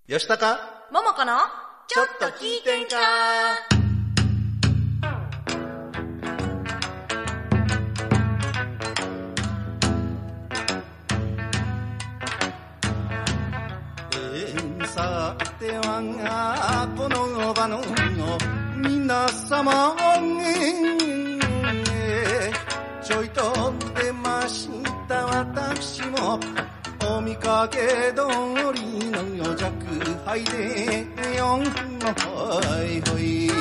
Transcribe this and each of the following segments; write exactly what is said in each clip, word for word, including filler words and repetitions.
吉高ももこのちょっと聞いてんか。 さてはこの場の皆様ちょいと出ました私もお見かけ通りの弱敗でよんほいほい。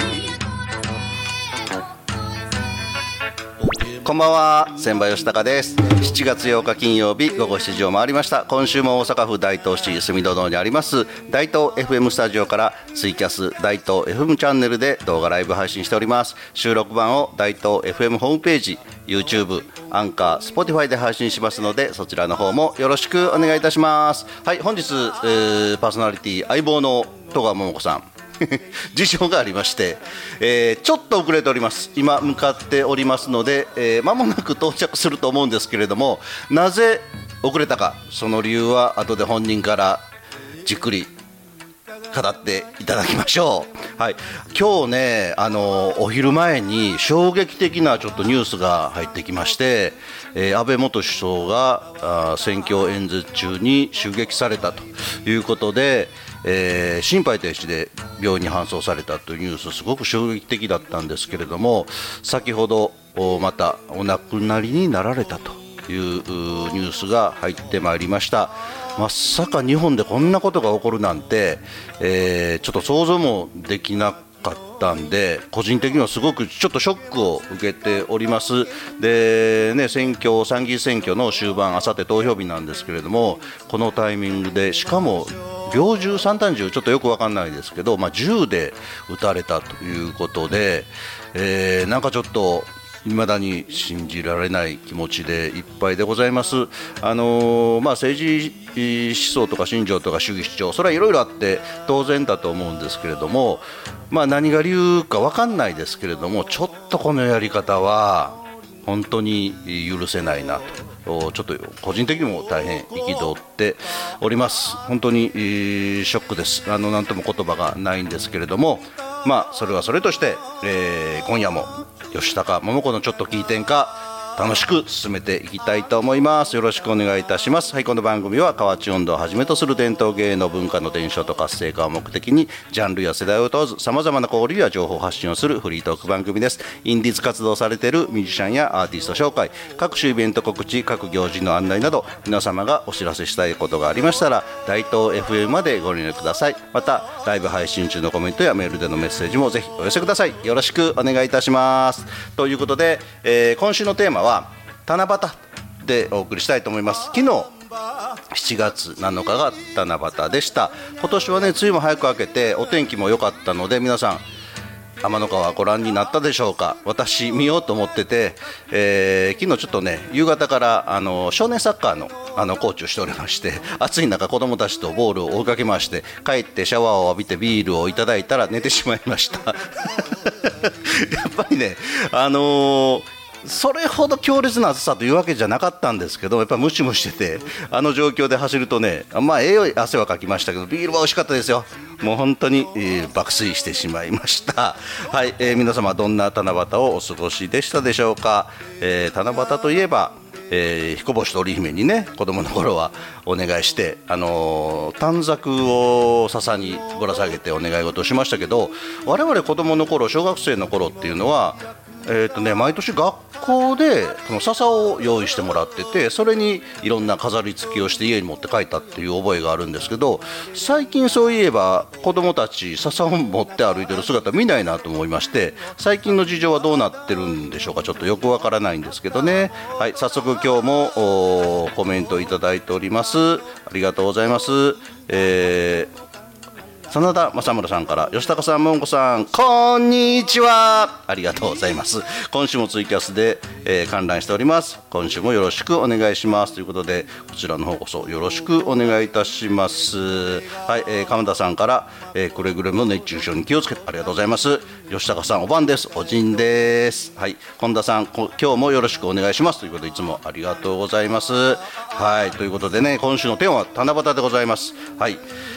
こんばんは、千葉吉高です。しちがつようか金曜日午後しちじを回りました。今週も大阪府大東市住戸堂にあります大東 エフエム スタジオからツイキャス大東 エフエム チャンネルで動画ライブ配信しております。収録版を大東 エフエム ホームページ、 YouTube、 アンカー、Spotify で配信しますので、そちらの方もよろしくお願いいたします。はい、本日、えー、パーソナリティ相棒の戸川桃子さん事情がありまして、えー、ちょっと遅れております。今向かっておりますので、えー、間もなく到着すると思うんですけれども、なぜ遅れたか、その理由は後で本人からじっくり語っていただきましょう。はい、今日ね、あのお昼前に衝撃的なちょっとニュースが入ってきまして、えー、安倍元首相があ選挙演説中に襲撃されたということで、えー、心肺停止で病院に搬送されたというニュース、すごく衝撃的だったんですけれども、先ほどまたお亡くなりになられたというニュースが入ってまいりました。まさか日本でこんなことが起こるなんて、えー、ちょっと想像もできなかったんで、個人的にはすごくちょっとショックを受けております。で、ね、選挙参議院選挙の終盤、あさって投票日なんですけれども、このタイミングで、しかも猟銃、散弾銃、ちょっとよく分かんないですけど、まあ、銃で撃たれたということで、えー、なんかちょっと未だに信じられない気持ちでいっぱいでございます。あのーまあ、政治思想とか信条とか主義主張、それはいろいろあって当然だと思うんですけれども、まあ、何が理由か分かんないですけれども、ちょっとこのやり方は本当に許せないなと、ちょっと個人的にも大変憤っております。本当にショックです。あの何とも言葉がないんですけれども、まあそれはそれとして、えー、今夜も吉高桃子のちょっと聞いてんか楽しく進めていきたいと思います。よろしくお願いいたします。はい、この番組は河内音頭をはじめとする伝統芸能文化の伝承と活性化を目的に、ジャンルや世代を問わずさまざまな交流や情報発信をするフリートーク番組です。インディーズ活動されているミュージシャンやアーティスト紹介、各種イベント告知、各行事の案内など、皆様がお知らせしたいことがありましたら大東 エフエム までご連絡ください。またライブ配信中のコメントやメールでのメッセージもぜひお寄せください。よろしくお願いいたします。ということで、えー、今週のテーマは七夕でお送りしたいと思います。昨日しちがつなのかが七夕でした。今年はね、梅雨も早く明けてお天気も良かったので、皆さん天の川ご覧になったでしょうか。私見ようと思ってて、えー、昨日ちょっとね、夕方からあの少年サッカーのあのコーチをしておりまして、暑い中子供たちとボールを追いかけまして、帰ってシャワーを浴びてビールをいただいたら寝てしまいましたやっぱりね、あのーそれほど強烈な暑さというわけじゃなかったんですけど、やっぱりムシムシしてて、あの状況で走るとね、まあええ汗はかきましたけど、ビールは美味しかったですよ。もう本当に、えー、爆睡してしまいました。はい、えー、皆様どんな七夕をお過ごしでしたでしょうか。えー、七夕といえば、えー、彦星と織姫にね、子供の頃はお願いして、あのー、短冊を笹にぶら下げてお願い事をしましたけど、我々子供の頃、小学生の頃っていうのは、えーとね、毎年学校でこの笹を用意してもらってて、それにいろんな飾り付けをして家に持って帰ったっていう覚えがあるんですけど、最近そういえば子どもたち笹を持って歩いてる姿見ないなと思いまして、最近の事情はどうなってるんでしょうか。ちょっとよくわからないんですけどね。はい、早速今日もコメントいただいております。ありがとうございます。えー真田正村さんから、吉高さん、もんこさん、こんにちは。ありがとうございます。今週もツイキャスで、えー、観覧しております。今週もよろしくお願いしますということで、こちらの方こそよろしくお願いいたします。はい、えー、鎌田さんから、えー、くれぐれも熱中症に気をつけて、ありがとうございます。吉高さん、おばんです。おじんです。はい、本田さん、今日もよろしくお願いしますということで、いつもありがとうございます。はい、ということでね、今週のテーマは七夕でございます。はい、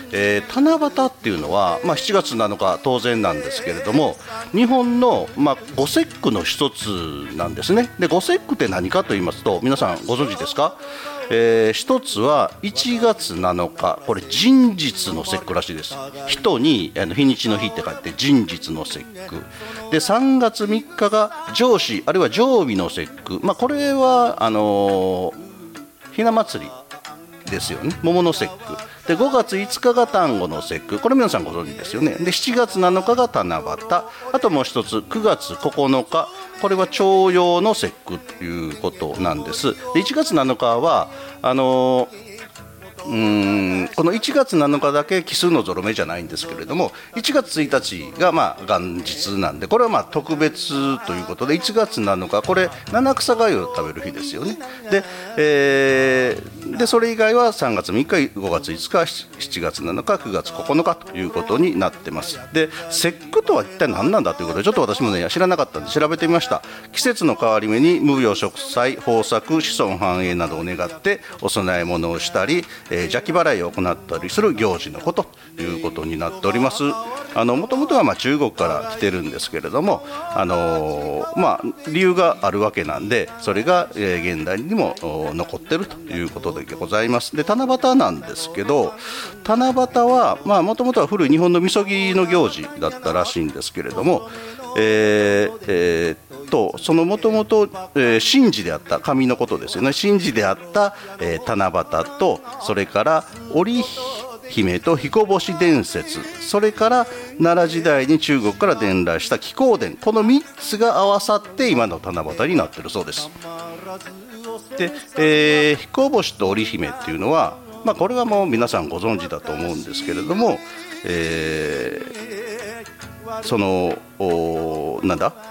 えー、七夕っていうのは、まあ、しちがつなのか当然なんですけれども、日本の、まあ、ご節句の一つなんですね。で、ご節句って何かと言いますと、皆さんご存知ですか？えー、一つはいちがつなのか、これ人日の節句らしいです。人にあの日にちの日って書いて人日の節句で、さんがつみっかが上子あるいは上日の節句、まあ、これはあのー、ひな祭りですよね、桃の節句で、ごがついつかが端午の節句、これ皆さんご存知ですよね。で、しちがつなのかが七夕、あともう一つくがつここのか、これは重陽の節句ということなんです。で、いちがつなのかはあのーうーんこのいちがつなのかだけ奇数のゾロ目じゃないんですけれども、いちがつついたちがまあ元日なんで、これはまあ特別ということで、いちがつなのかこれ七草がゆを食べる日ですよね。で、えー、でそれ以外はさんがつみっか、ごがついつか、しちがつなのか、くがつここのかということになってます。で、節句とは一体何なんだということで、ちょっと私もね知らなかったんで調べてみました。季節の変わり目に無病息災、豊作、子孫繁栄などを願ってお供え物をしたり、えー邪気払いを行ったりする行事のことということになっております。あのもともとはまあ中国から来てるんですけれども、あのーまあ、理由があるわけなんで、それが、えー現代にも残ってるということでございます。で、七夕なんですけど、七夕はもともとは古い日本のみそぎの行事だったらしいんですけれども、えーえー、とそのもともと神事であった神のことですよね。神事であった、えー、七夕と、それから織姫と彦星伝説、それから奈良時代に中国から伝来した祈光伝、このみっつが合わさって今の七夕になっているそうです。で、えー、彦星と織姫っていうのは、まあ、これはもう皆さんご存知だと思うんですけれども、えー、そのなんだ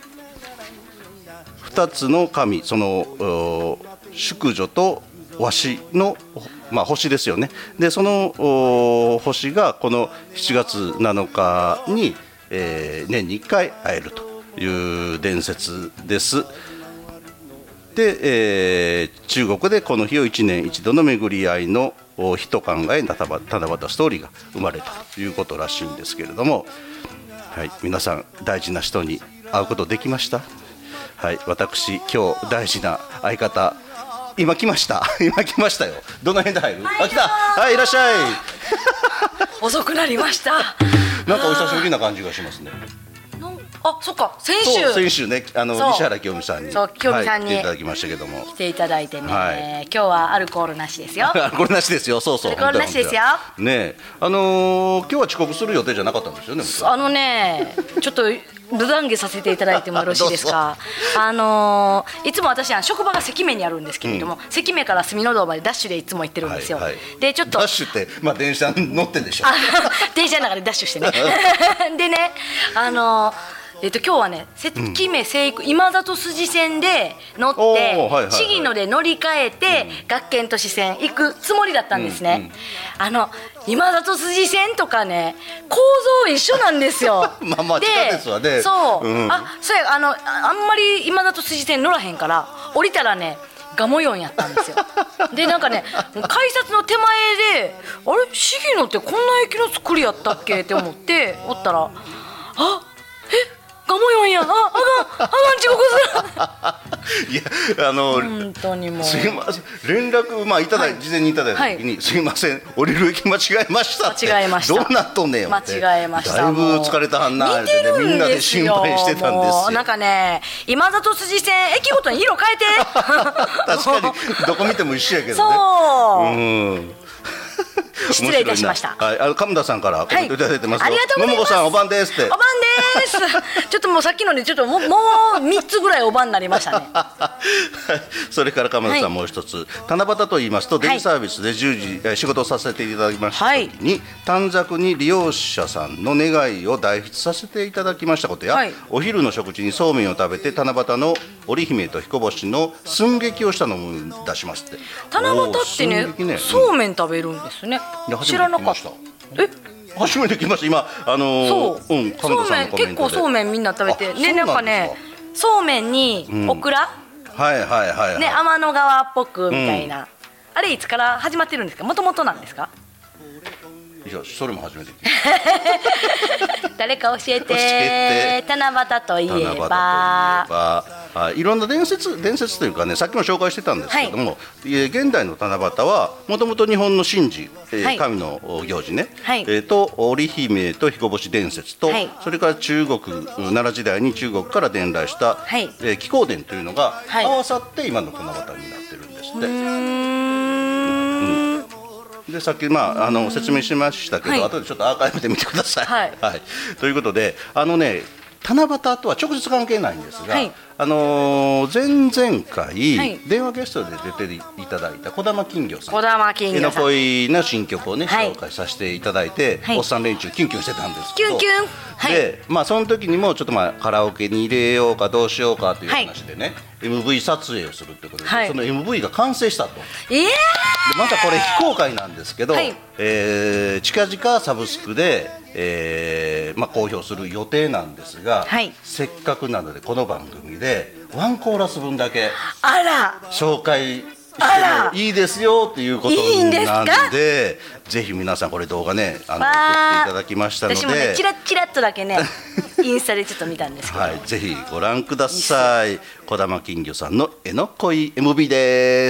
ふたつの神、その宿女とわしの、まあ、星ですよね。で、その星がこのしちがつなのかに、えー、年にいっかい会えるという伝説です。で、えー、中国でこの日をいちねん一度の巡り合いの日と考え、七夕ストーリーが生まれたということらしいんですけれども、はい、皆さん大事な人に会うことできました？はい、私今日大事な相方、今来ました今来ましたよ。どの辺で入る？あ、来た。はい、いらっしゃい遅くなりました。 なんかお久しぶりな感じがしますね。 あ、そっか、先週先週ね、あの西原清美さんにそう清美さんに、 はい、来ていただきましたけども、 来ていただいてね、 はい、 今日はアルコールなしですよ。 アルコールなしですよ。そうそう、 アルコールなしですよ。 ね、あのー、今日は遅刻する予定じゃなかったんですよね。 あのね、ちょっと無断下させていただいてもよろしいですか。あのー、いつも私は職場が関目にあるんですけれども、うん、関目から隅の道までダッシュでいつも行ってるんですよ。はいはい、でちょっとダッシュって、まあ、電車に乗ってんでしょ。 電車の中でダッシュしてねでね、あのーえっと、今日はね、関目西育今里筋線で乗って、市議ので乗り換えて、うん、学研都市線行くつもりだったんですね。うんうん、あの今里筋線とかね、構造一緒なんですよ。 まあまあ地下鉄はね。 そう、うん、あ、そうや、あのあんまり今里筋線乗らへんから降りたらねガモヨンやったんですよ。でなんかね、改札の手前であれ市議のってこんな駅の作りやったっけって思っておったら、あ、えガモヨンや、あ、あかん、あかん、遅刻する。 いや、あの本当にもうすいません、連絡、まあ、いただい、はい、事前にいただいた時に、はい、すいません、降りる駅間違えましたって。 間違えました。 どうなっとんねん間違えました。 だいぶ疲れたはんなってね、みんなで心配してたんですよ。 なんかね、今里筋線駅ごとに色変えて確かにどこ見ても一緒やけどね。 そう、 うん、 失礼いたしました。 はい、あの亀田さんからコメントいただいてますよ。 はい、ありがとうございます。 桃子さんお晩ですって。 お晩ですちょっともうさっきのでちょっともう、もうみっつぐらいお晩になりましたね。 それから亀田さんもう一つ、はい、七夕と言いますとデイサービスでじゅうじ、はい、仕事をさせていただきました時に、はい、短冊に利用者さんの願いを代筆させていただきましたことや、はい、お昼の食事にそうめんを食べて七夕の織姫と彦星の寸劇をしたのを出しますって。 七夕ってね、ね、そうめん食べるんですね。知らなかった。え、 初めて来ました。今あのー、 そう、 うん、 そうめん結構そうめんみんな食べてね、なんかね、そうめんにオクラ、 うん、はいはいはい、はい、 ね、天の川っぽくみたいな、うん、あれいつから始まってるんですか。もともとなんですか。 いやそれも初めて聞いた誰か教えて。 教えて。 七夕といえば。 七夕といえば、はい、いろんな伝説伝説というかね、さっきも紹介してたんですけども、はい、現代の七夕はもともと日本の神事、えーはい、神の行事ね、はい、えー、と織姫と彦星伝説と、はい、それから中国奈良時代に中国から伝来した、はい、えー、祈光伝というのが合わさって今の七夕になってるんですって。うーん、でさっき、まあ、あの説明しましたけど、はい、後でちょっとアーカイブで見てください。はいはい、ということで、あのね、七夕とは直接関係ないんですが、はい、あのー、前々回、はい、電話ゲストで出ていただいた児玉金魚さん、 児玉金魚さん、 えの恋の新曲をね、はい、紹介させていただいて、はい、おっさん連中キュンキュンしてたんですけど、 キュンキュン、はい、 で、まあ、その時にもちょっと、まあ、カラオケに入れようかどうしようかという話でね、はい、エムブイ 撮影をするということで、はい、その エムブイ が完成したと。 えー、でまたこれ非公開なんですけど、はい、えー、近々サブスクで、えーまあ、公表する予定なんですが、はい、せっかくなのでこの番組でワンコーラス分だけあら紹介してもいいですよということなんで、ぜひ皆さんこれ動画ね、あの送っていただきましたので、 私もねチラッチラッとだけねインスタでちょっと見たんですけど、 はい、ぜひご覧ください。児玉金魚さんのえの恋 エムブイ です。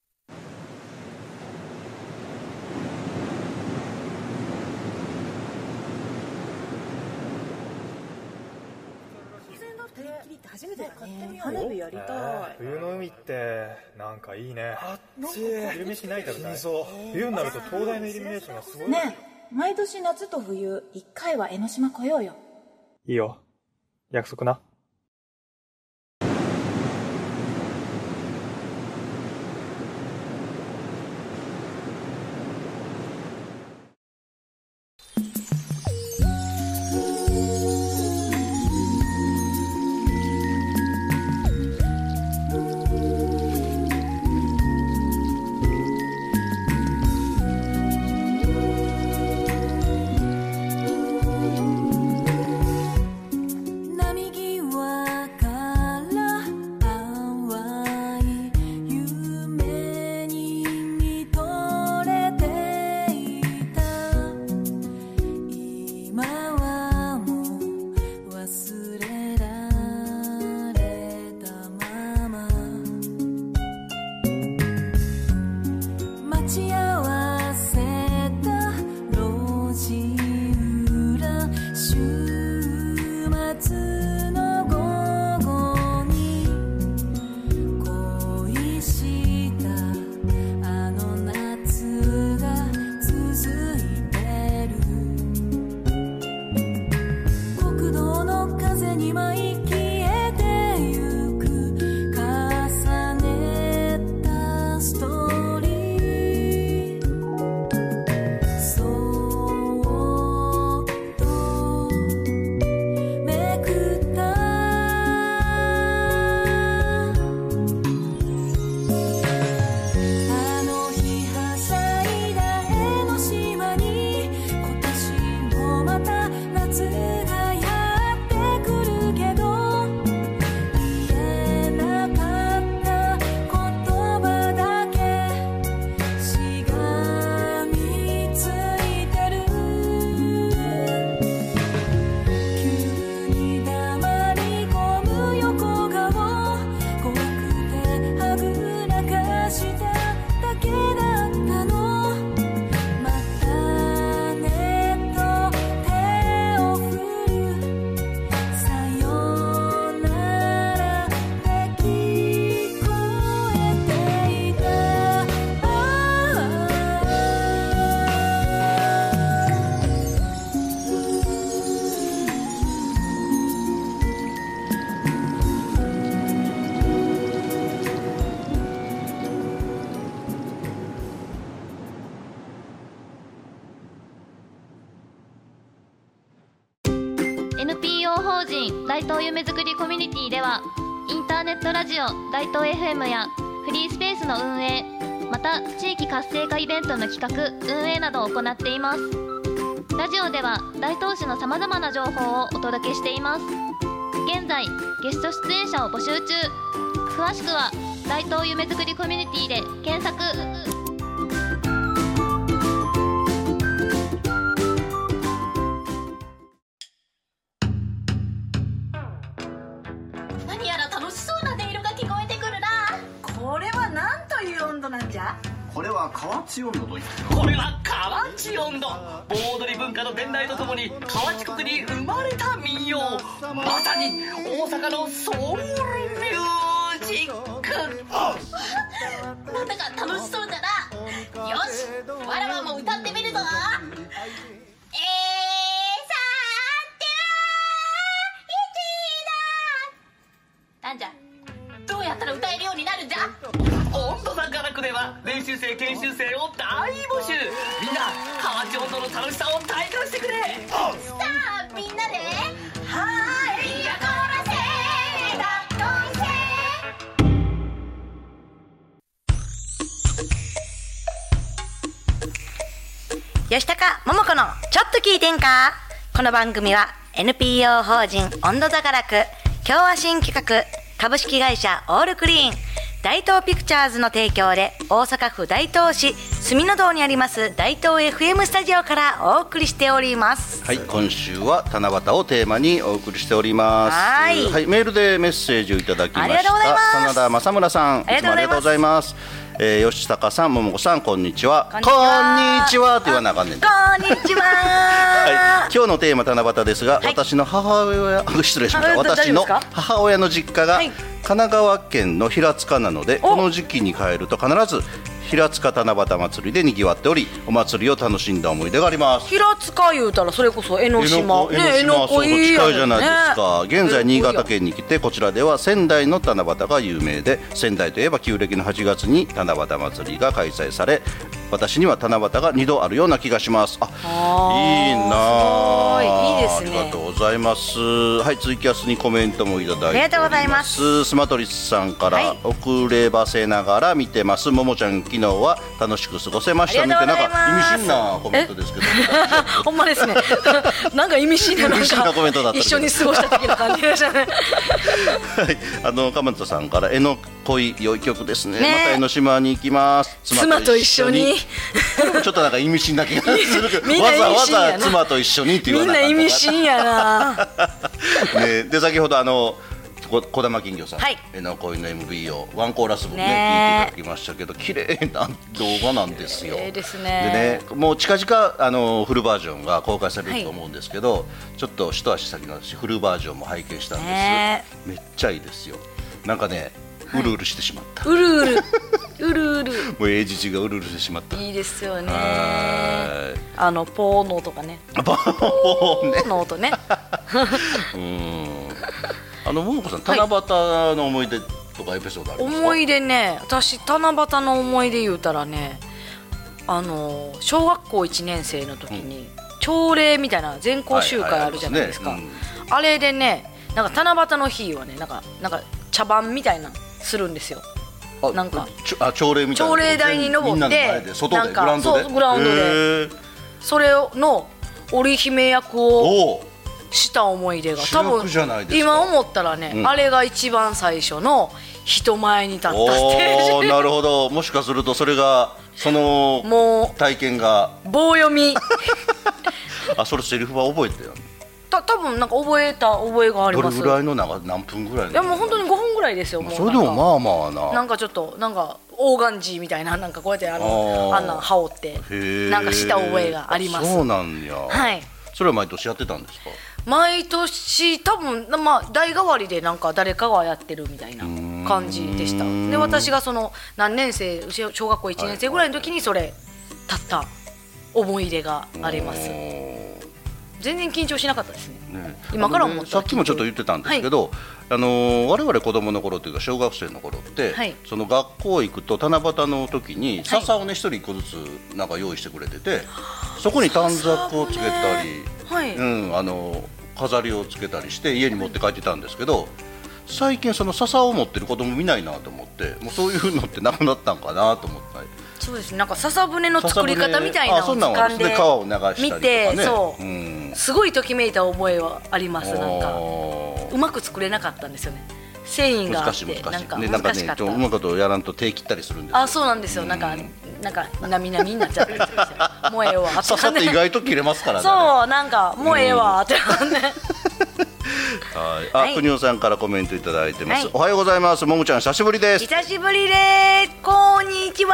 花火やりたい、えー、冬の海ってなんかいいね。あっち昼飯ない食べたい。冬になると灯台のイルミネーションがすごいね。え毎年夏と冬いっかいは江ノ島来ようよ。 いいよ、約束な。 エヌピーオー 法人大東夢づくりコミュニティではインターネットラジオ大東 エフエム やフリースペースの運営、また地域活性化イベントの企画・運営などを行っています。ラジオでは大東市のさまざまな情報をお届けしています。現在ゲスト出演者を募集中。詳しくは大東夢づくりコミュニティで検索。 は河内音頭といってこれは河内音頭、盆踊り文化の伝来とともに河内国に生まれた民謡、まさに大阪のソウルミュージック。 なんだか楽しそうだな。よし、わらわも歌ってみるぞ。えー、さてはなんじゃ、どうやったら歌えるようになるんじゃ。 音頭さんからくでは練習生研修生を大募集。みんな河内音頭の楽しさを体感してくれ。 さあみんなではーいやこらせだっこいせ。 吉高桃子のちょっと聞いてんか。この番組は エヌピーオー 法人温度座がらく共和新企画株式会社オールクリーン大東ピクチャーズの提供で大阪府大東市住の堂にあります大東 エフエム スタジオからお送りしております。 はい、今週は七夕をテーマにお送りしております。 はい、 はい、メールでメッセージをいただきました。 ありがとうございます。 真田正村さん、いつもありがとうございます。えー、吉高さん、桃子さん、こんにちは。こんにちはって言わなあかんねん。 こんにちは、 はい、今日のテーマ七夕ですが、はい、私の母親失礼しました。私の母親の実家が、はい、神奈川県の平塚なので、この時期に帰ると必ず平塚七夕祭りでにぎわっており、お祭りを楽しんだ思い出があります。 平塚いうたらそれこそ江ノ島、 江ノ島、ね、近いじゃないですか。現在新潟県に来て、こちらでは仙台の七夕が有名で、仙台といえば旧暦のはちがつに七夕祭りが開催され、私には七夕がにどあるような気がします。あ、 あいいな、 いいですね。 ありがとうございます。はい、ツイキャスにコメントもいただいております。 ありがとうございます。 スマトリスさんから、はい、遅ればせながら見てます。ももちゃん、昨日は楽しく過ごせました。見て、なんか意味深なコメントですけどほんまですねなんか意味深な、なんかコメントだった一緒に過ごした時の感じでしたねはい、 あの鎌田さんから、絵の恋良い曲です ね, ね。 また江ノ島に行きます。 妻と一緒にこれもちょっとなんか意味深な気がするけどわざわざ妻と一緒にって言わなかった。 みんな意味深やなね、で先ほどあの児玉金魚さん、 はい、 絵の恋の エムブイ をワンコーラス分ね聞いていただきましたけど、綺麗な動画なんですよ。 綺麗ですね。 でね、もう近々あのフルバージョンが公開されると思うんですけど、はい、ちょっと一足先の私フルバージョンも拝見したんです、ね、めっちゃいいですよ。なんかね、はい、うるうるしてしまった。 うるうるうるうるもう英字がうるうるしてしまった。 いいですよね。あのポーの音がね、 ポーの音ねうん、あの桃子さん、七夕の思い出とかエピソードありますか？ 思い出ね、私七夕の思い出言うたらね、あの小学校いちねん生の時に、うん、朝礼みたいな全校集会あるじゃないですか。あれでね、なんか七夕の日はね、なんかなんか茶番みたいなするんですよ。なんかあ朝礼みたいな、 朝礼台に登って、 なんかそうグラウンドでそれの織姫役をした思い出が、多分今思ったらね、うん、あれが一番最初の人前に立ったステージ。 なるほど、もしかするとそれがそのもう体験が棒読みあ、それセリフは覚えてよ。 た多分なんか覚えた覚えがあります。 どれぐらいの長何分ぐらいの？ いやもう本当にごふんぐらいですよ。もうそれでもまあまあな。 なんかちょっとなんかオーガンジーみたいな、なんかこうやってあのあんなん羽織ってなんかした覚えがあります。 そうなんや。 はい。 それは毎年やってたんですか？ 毎年多分まあ代替わりでなんか誰かがやってるみたいな感じでした。で私がその何年生、小学校いちねん生ぐらいの時にそれ立った思い出があります。全然緊張しなかったですね。ね、今から思った、ね、 さっきもちょっと言ってたんですけど、はい、あのー、我々子供の頃というか小学生の頃って、はい、その学校行くと七夕の時に笹をね一人一個ずつなんか用意してくれてて、そこに短冊をつけたり、はい、うん、あのー、飾りをつけたりして家に持って帰ってたんですけど、最近その笹を持ってる子供見ないなと思って、もうそういうのってなくなったんかなと思って。 そうですね、なんか笹舟の作り方みたいなのを掴んで見て、そう、うん、すごいときめいた覚えはあります。なんかうまく作れなかったんですよね。繊維があってなんか難しかった。 うまいことやらんと手切ったりするんですよ。 あ、そうなんですよ。なんかなんかなみなみになっちゃってるんですよ。もうええわ。 笹って意外と切れますからね。 そう、なんかもうええわってなんで。 はい、あ、 はい、 国尾さんからコメントいただいてます、 はい、 おはようございます。ももちゃん久しぶりです。 久しぶりです。こんにちは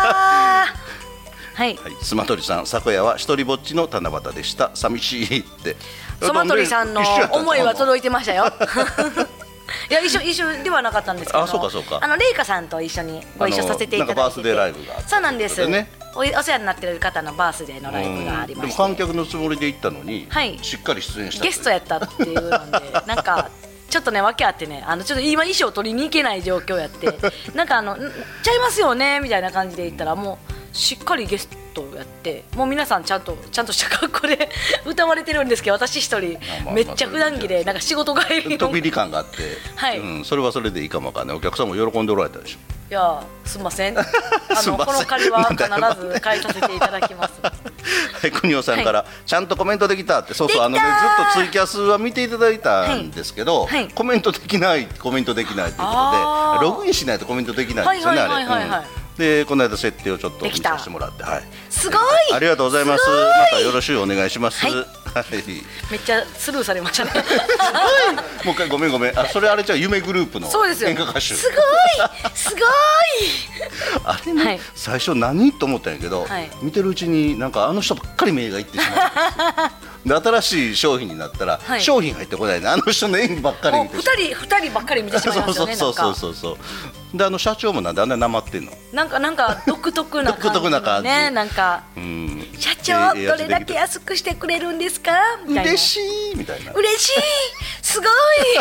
はい、 はい、スマトリさん、昨夜は一人ぼっちの七夕でした。寂しいって。 スマトリさんの思いは届いてましたよいや一緒一緒ではなかったんですけど、 あ、そうかそうか、 あのレイカさんと一緒にご一緒させていただいてて、 なんかバースデーライブがあった、 そうなんです、 ね、 お, お世話になっている方のバースデーのライブがありまして、 でも観客のつもりで行ったのに、はい、しっかり出演したゲストやったっていうのでなんかちょっとね訳あってね、あのちょっと今衣装取りに行けない状況やってなんかあのちゃいますよねみたいな感じで言ったら、もうしっかりゲストやって、もう皆さんちゃんとちゃんとした格好で歌われてるんですけど、私一人めっちゃ普段着でなんか仕事帰りの飛びり感があって、はい、うん、それはそれでいいかもわかんない。お客さんも喜んでおられたでしょ。 いやすみませんあのこの借りは必ず返させていただきますはい、国尾さんから、はい、ちゃんとコメントできたって、そうそう、あのね、ずっとツイキャスは見ていただいたんですけど、はいはい、コメントできないコメントできないということで、ログインしないとコメントできないんですよね、あれ。でこの間設定をちょっと見させてもらって、はい、 すごい、 ありがとうございます。またよろしくお願いします。はい、はい、 めっちゃスルーされましたねもう一回ごめんごめん、あ、それあれじゃ夢グループの演歌歌手。すごいすごいあれね、はい、最初何と思ったんやけど、はい、見てるうちになんかあの人ばっかり目がいってしまうんですで新しい商品になったら、はい、商品入ってこないね、あの人の演技ばっかり見てしまう。ふたりふたりばっかり見てしまいますよね。そうそうそうそう。であの社長もなんであんななまってんの？なんかなんか独特な感じ、ね、独特な感じなんか、うん、社長、えー、どれだけ安くしてくれるんですかみたいな。 嬉しいみたいな。 嬉しいすご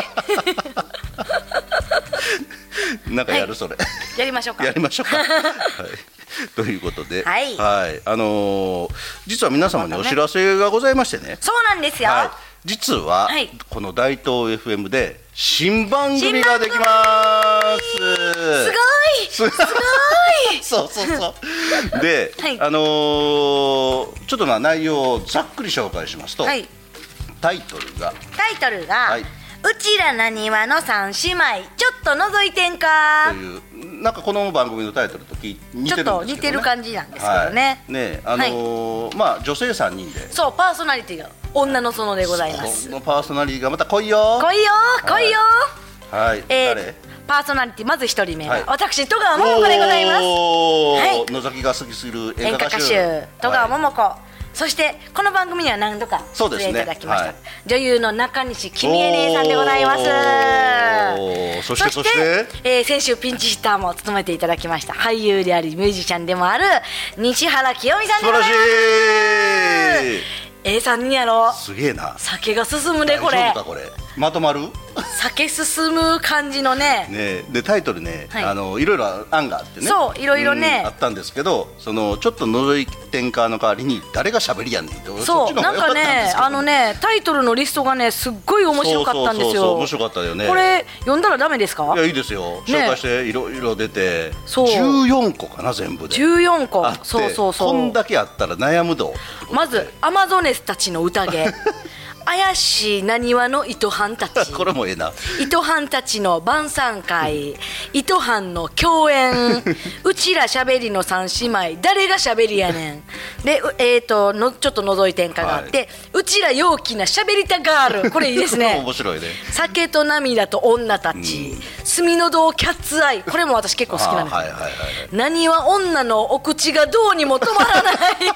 いなんかやる、はい、それやりましょうか。 やりましょうか。はい。ということで、 はい、 はい、あのー、実は皆様にお知らせがございましてね。 そうなんですよ。はい、 実は、はい、この大東 エフエム で新番組ができます。 すごいすごいそうそうそうで、はい、あのー、ちょっとな内容をざっくり紹介しますと、はい、タイトルがタイトルが、はい、うちらなにわの三姉妹ちょっと覗いてんかという、なんかこの番組のタイトルと似てるんですけど、ね、ちょっと似てる感じなんですけどね。 はい、ね、あのーはい、まあ女性さんにんで、 そうパーソナリティが女の園でございます。 そのパーソナリティがまた来いよ来いよ来いよ。 はい、はい、えー、誰？ パーソナリティまず一人目は、はい、私戸川桃子でございます。はい、 野崎が好きする演歌歌手戸川桃子、はい、そしてこの番組には何度か出演いただきました、ね、はい、女優の中西君江姉さんでございます。 そしてそして、 えー、先週ピンチヒッターも務めていただきました俳優でありミュージシャンでもある西原清美さんでございます。素晴らしい。ええさんにんやろ。 すげえな。 酒が進むねこれ。 大丈夫かこれ。まとまる？ 酒進む感じのね。 ねでタイトルね、はい、あのいろいろ案があってね。 そういろいろね、 うん、あったんですけど、そのちょっと覗いてんかの代わりに誰が喋りやんねんって。 そうなんかね、あのねタイトルのリストがねすっごい面白かったんですよ。そうそうそうそう、面白かったよね。 これ読んだらダメですか？ いやいいですよ。紹介していろいろ出て、そうじゅうよんこかな全部で。 じゅうよんこ。そうそうそう。 こんだけあったら悩むど。 まずアマゾネスたちの宴。怪しいなにわの糸班たちこれもええな。 糸班たちの晩餐会、糸班の共演うちらしゃべりの三姉妹誰がしゃべりやねんで、えー、とのちょっと覗いてんかがあって、はい、うちら陽気なしゃべりたガールこれいいですね面白いね。 酒と涙と女たち、隅の堂キャッツアイこれも私結構好きなんですよ。なにわ女のお口がどうにも止まらない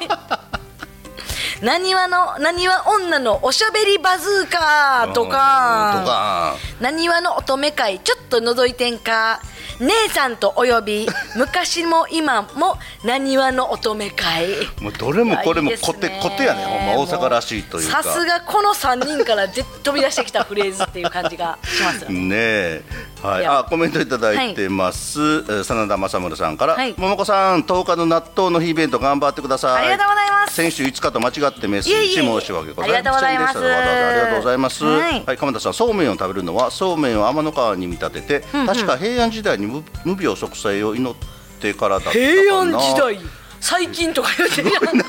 なにわのなにわ女のおしゃべりバズーカーとか、なにわの乙女会ちょっと覗いてんか姉さんとお呼び昔も今もなにわの乙女会もうどれもこれもコテコテやね。ほんま大阪らしいというか、 さすがこのさんにんから飛び出してきたフレーズっていう感じがしますよね。 ねえ、はい、あコメントいただいてます、はい、真田正宗さんから、はい、桃子さんとおかの納豆の日イベント頑張ってください。 ありがとうございます。 先週いつかと間違ってメッセージ申し訳ございません。ありがとうございます。わざわざありがとうございます。はい、はい、鎌田さん、そうめんを食べるのはそうめんを天の川に見立てて、うんうん、確か平安時代に無病息災を祈ってからだったかな。 平安時代最近とか言ってるやん平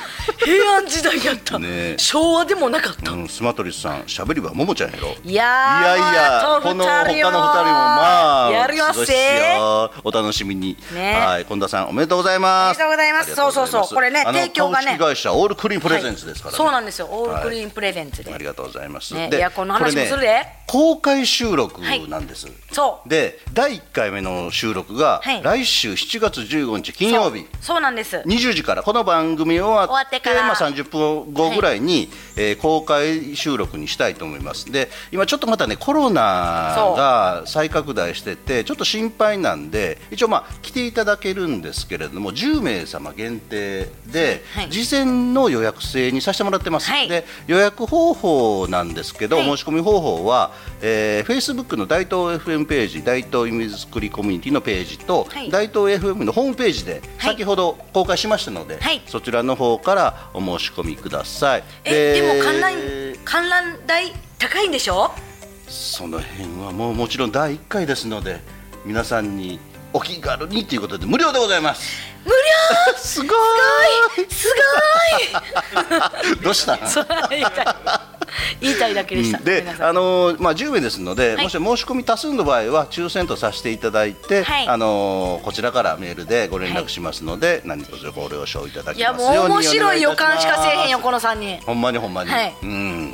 平安時代やったね。 昭和でもなかった、 うん、スマトリスさんしゃべりはももちゃんやろ。 いやーいやいや、この他のふたりもまあやりますすごいっすよ。お楽しみに、 ね。 はい、近田さんおめでとうございます。 おめでとうございます。そうそうそう、これね、提供がね、 株式会社オールクリーンプレゼンツですからね、 はい、そうなんですよ、オールクリーンプレゼンツで、 はい、ありがとうございます、 ね、 でエアコンの話もするで、 ね、公開収録なんです、はい、 そうでだいいっかいめの収録が、はい、来週しちがつじゅうごにち金曜日、 そう、そうなんです、 にじゅうじからこの番組終わって、 終わってからまあ、さんじゅっぷんごぐらいに、はい、えー、公開収録にしたいと思います。で今ちょっとまたねコロナが再拡大しててちょっと心配なんで、一応まあ来ていただけるんですけれどもじゅうめいさま限定で、はい、事前の予約制にさせてもらってます、はい、で予約方法なんですけど、はい、申し込み方法は、えー、Facebook の大東 エフエム ページ、大東夢作りコミュニティのページと、はい、大東 エフエム のホームページで先ほど公開しましたので、はい、そちらの方からお申し込みください。 えでも観覧観覧代高いんでしょ。 その辺はもうもちろんだいいっかいですので皆さんにお気軽にということで無料でございます。 無料すごいすごいどうした言いたい言いたいだけでした、うん、 で、あのーまあ、じゅうめいですので、はい、もし申し込み多数の場合は抽選とさせていただいて、はい、あのー、こちらからメールでご連絡しますので、はい、何卒ご了承いただきますようにお願いいたします。 いやもう面白い予感しかせえへんよこのさんにん。 ほんまにほんまに、はい、うん、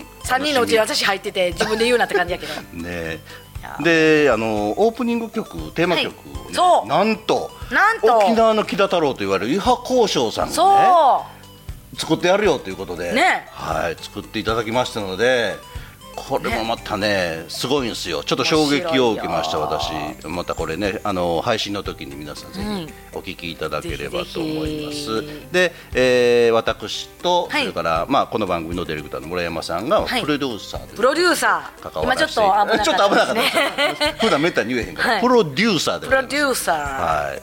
さんにんのうち私入ってて自分で言うなって感じやけどね。であのオープニング曲テーマ曲を、ね、はい、そうなんとなんと沖縄の木田太郎と言われる伊波幸章さんがねそう作ってやるよということで、 ね、 はい、作っていただきましたのでこれもまたねすごいんですよ。ちょっと衝撃を受けました私。またこれねあの配信の時に皆さんぜひお聞きいただければと思います、うん、で、えー、私と、はい、それから、まあ、この番組のディレクターの村山さんがプロデューサーで、はい、 プロデューサー今ちょっと危なかったですね。 ちょっと危なかった普段めったに言えへんから、はい、プロデューサーでプロデューサー、 はい、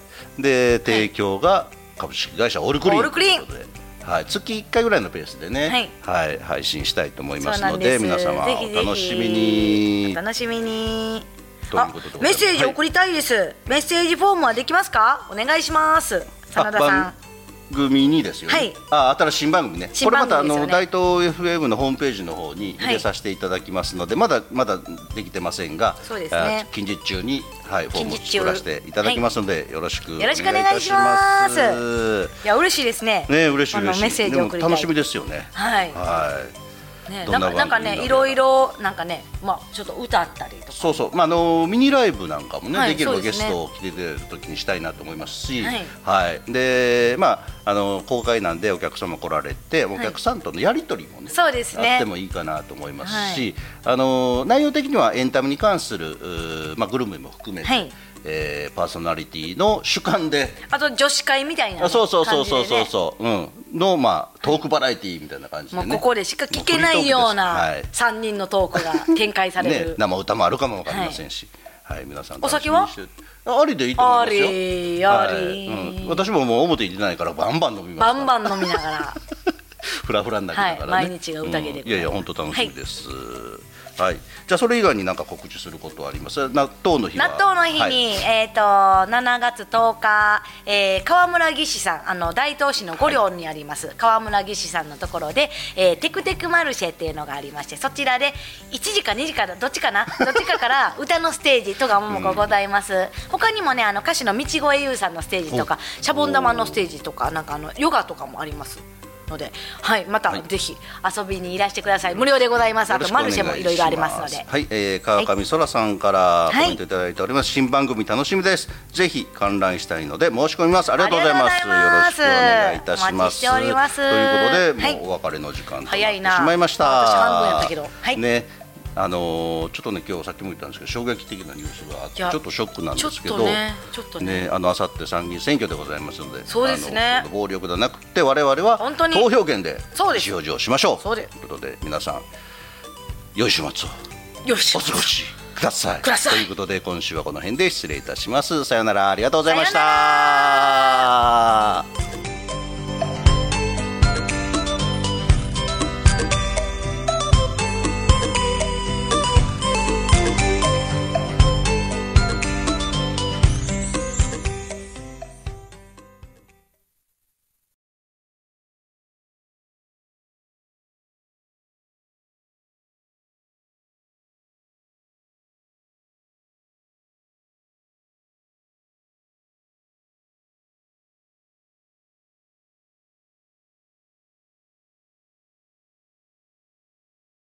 で提供が株式会社オールクリーンということで、はい、月いっかいぐらいのペースでね、はいはい、配信したいと思いますので皆様お楽しみに。 お楽しみに。あ、メッセージ送りたいです、はい、メッセージフォームはできますか。お願いします。真田さん組にですよね、はい、あ新しい新番組ね。 新番組ですよね。 これまたあの大東 エフエム のホームページの方に入れさせていただきますので、はい、まだまだできてませんが、 そうですね、 近日中に、はい、フォームを作らせていただきますので、はい、よろしくお願いいよろしくお願いします。いや嬉しいですね。 ね嬉しい嬉しい。 メッセージ送りたい。 楽しみですよね。 はい。 はいね、なんかなんかねいろいろなんかね、まあちょっと歌ったりとか、 そうそう、まああのミニライブなんかもね、はい、できればゲストを来てくれる時にしたいなと思いますし、はい、はい、でまああの公開なんでお客様来られてお客さんとのやり取りもね、はい、 そうですね、 あってもいいかなと思いますし、はい、あの内容的にはエンタメに関するまあグルメも含めて、はい、えー、パーソナリティの主観で、 あと女子会みたいな、ね、 そうそうそうそうそうそう、うん、のまあトークバラエティーみたいな感じでね、 もうここでしか聞けないようなさんにんのトークが展開される、 ね、生歌もあるかもわかりませんし、はいはい、皆さんお酒はありでいいと思いますよ。 ありあり、 はい、うん、私ももう表に出ないからバンバン飲みますからバンバン飲みながらフラフラになりながらね、 はい、毎日が宴で、 うん、いやいや本当楽しみです、はいはい、じゃあそれ以外に何か告知することはあります？納豆の日は納豆の日に、はい、えー、としちがつとおか、えー、川村義士さん、あの大東市の五稜にあります、はい、川村義士さんのところで、えー、テクテクマルシェっていうのがありまして、そちらでいちじかにじかどっちかなどっちかから歌のステージとかもございます、うん、他にもねあの歌手の道越優さんのステージとかシャボン玉のステージとかなんかあのヨガとかもありますので、はい、またぜひ遊びにいらしてください。無料でございます。あとマルシェもいろいろありますので、 はい、えー、川上空さんからコメントいただいております、はい、新番組楽しみです。ぜひ観覧したいので申し込みます。ありがとうございます。よろしくお願いいたします。お待ちしております。ということで、はい、もうお別れの時間となってしまいました。 私半分やったけど、はい、 ね、あのー、ちょっとね今日さっきも言ったんですけど衝撃的なニュースがあってちょっとショックなんですけど、ねね、あの明後日参議院選挙でございますので、 そうですね、 暴力ではなくて我々は投票権で意思表示をしましょう。 そうです。 ということで皆さん良い週末をお過ごしください。 ください。 ということで今週はこの辺で失礼いたします。さよなら、ありがとうございました。